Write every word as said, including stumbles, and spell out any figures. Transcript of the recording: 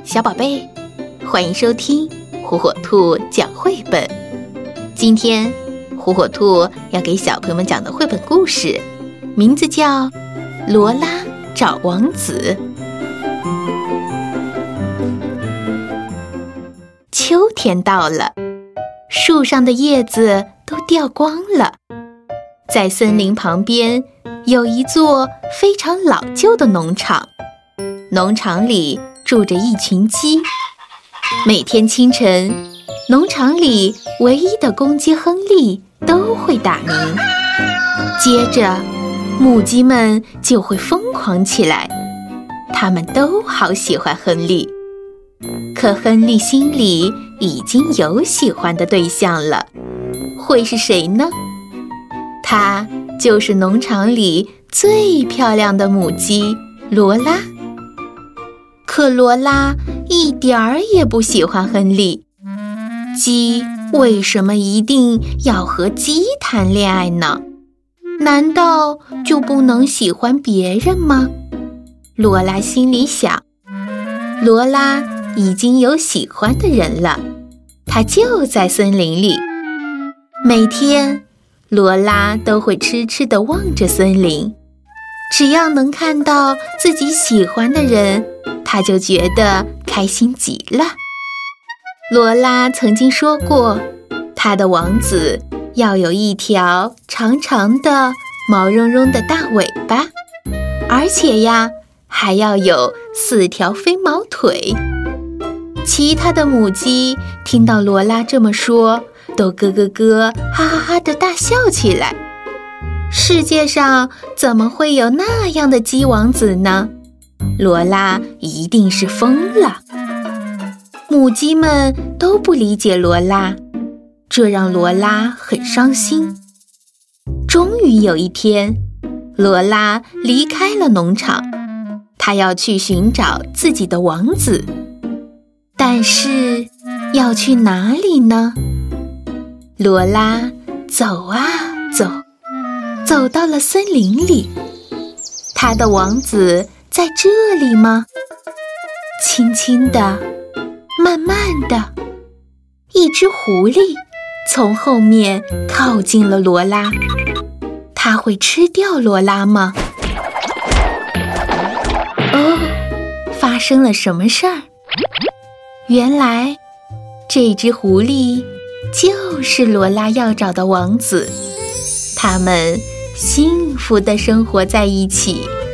小宝贝，欢迎收听火火兔讲绘本。今天火火兔要给小朋友们讲的绘本故事名字叫《罗拉找王子》。秋天到了，树上的叶子都掉光了。在森林旁边有一座非常老旧的农场，农场里住着一群鸡。每天清晨，农场里唯一的公鸡亨利都会打鸣，接着母鸡们就会疯狂起来。它们都好喜欢亨利，可亨利心里已经有喜欢的对象了，会是谁呢？她就是农场里最漂亮的母鸡罗拉。可罗拉一点儿也不喜欢亨利。鸡为什么一定要和鸡谈恋爱呢？难道就不能喜欢别人吗？罗拉心里想。罗拉已经有喜欢的人了，他就在森林里。每天罗拉都会痴痴地望着森林，只要能看到自己喜欢的人，他就觉得开心极了。罗拉曾经说过，她的王子要有一条长长的毛茸茸的大尾巴，而且呀，还要有四条飞毛腿。其他的母鸡听到罗拉这么说，都咯咯咯哈哈哈地大笑起来。世界上怎么会有那样的鸡王子呢？罗拉一定是疯了。母鸡们都不理解罗拉，这让罗拉很伤心。终于有一天，罗拉离开了农场，她要去寻找自己的王子。但是要去哪里呢？罗拉走啊走，走到了森林里。她的王子在这里吗？轻轻地，慢慢地，一只狐狸从后面靠近了罗拉。它会吃掉罗拉吗？哦，发生了什么事儿？原来这只狐狸就是罗拉要找的王子，他们幸福地生活在一起。